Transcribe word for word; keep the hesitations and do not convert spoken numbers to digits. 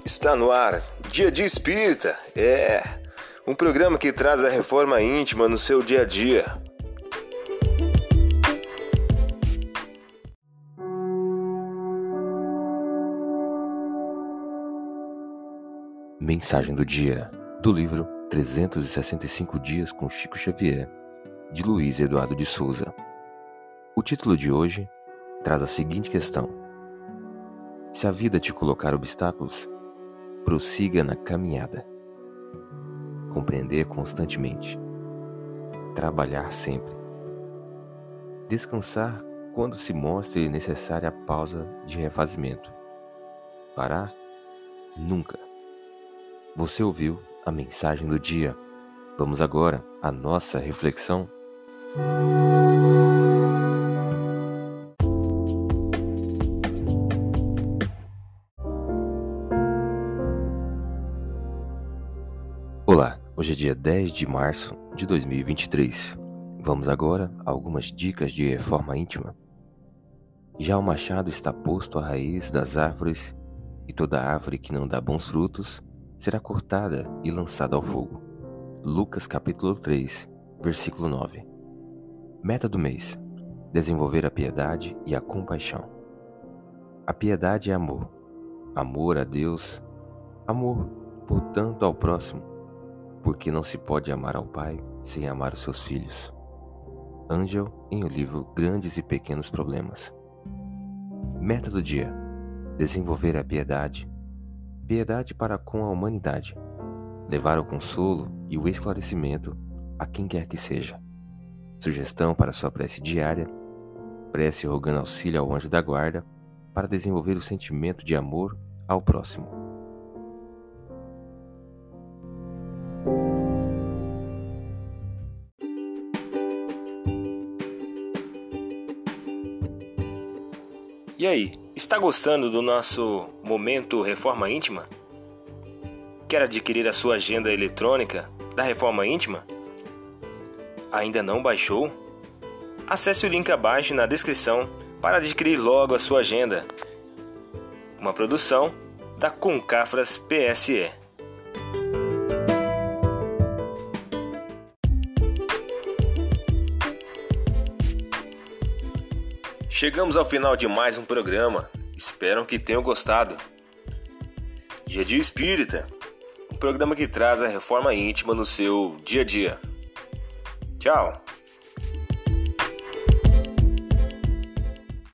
Está no ar, Dia de Espírita, é um programa que traz a reforma íntima no seu dia a dia. Mensagem do dia, do livro trezentos e sessenta e cinco Dias com Chico Xavier, de Luiz Eduardo de Souza. O título de hoje traz a seguinte questão: se a vida te colocar obstáculos, prossiga na caminhada. Compreender constantemente. Trabalhar sempre. Descansar quando se mostre necessária a pausa de refazimento. Parar? Nunca. Você ouviu a mensagem do dia. Vamos agora à nossa reflexão. Olá, hoje é dia dez de março de dois mil e vinte e três. Vamos agora a algumas dicas de reforma íntima. Já o machado está posto à raiz das árvores, e toda árvore que não dá bons frutos será cortada e lançada ao fogo. Lucas capítulo três, versículo nove. Meta do mês: desenvolver a piedade e a compaixão. A piedade é amor. Amor a Deus. Amor, portanto, ao próximo. Porque não se pode amar ao Pai sem amar os seus filhos. Angel, em o livro Grandes e Pequenos Problemas. Meta do dia: desenvolver a piedade. Piedade para com a humanidade. Levar o consolo e o esclarecimento a quem quer que seja. Sugestão para sua prece diária: prece rogando auxílio ao anjo da guarda para desenvolver o sentimento de amor ao próximo. E aí, está gostando do nosso momento Reforma Íntima? Quer adquirir a sua agenda eletrônica da Reforma Íntima? Ainda não baixou? Acesse o link abaixo na descrição para adquirir logo a sua agenda. Uma produção da Concafras P S E. Chegamos ao final de mais um programa. Espero que tenham gostado. Dia de Espírita, um programa que traz a reforma íntima no seu dia a dia. Tchau!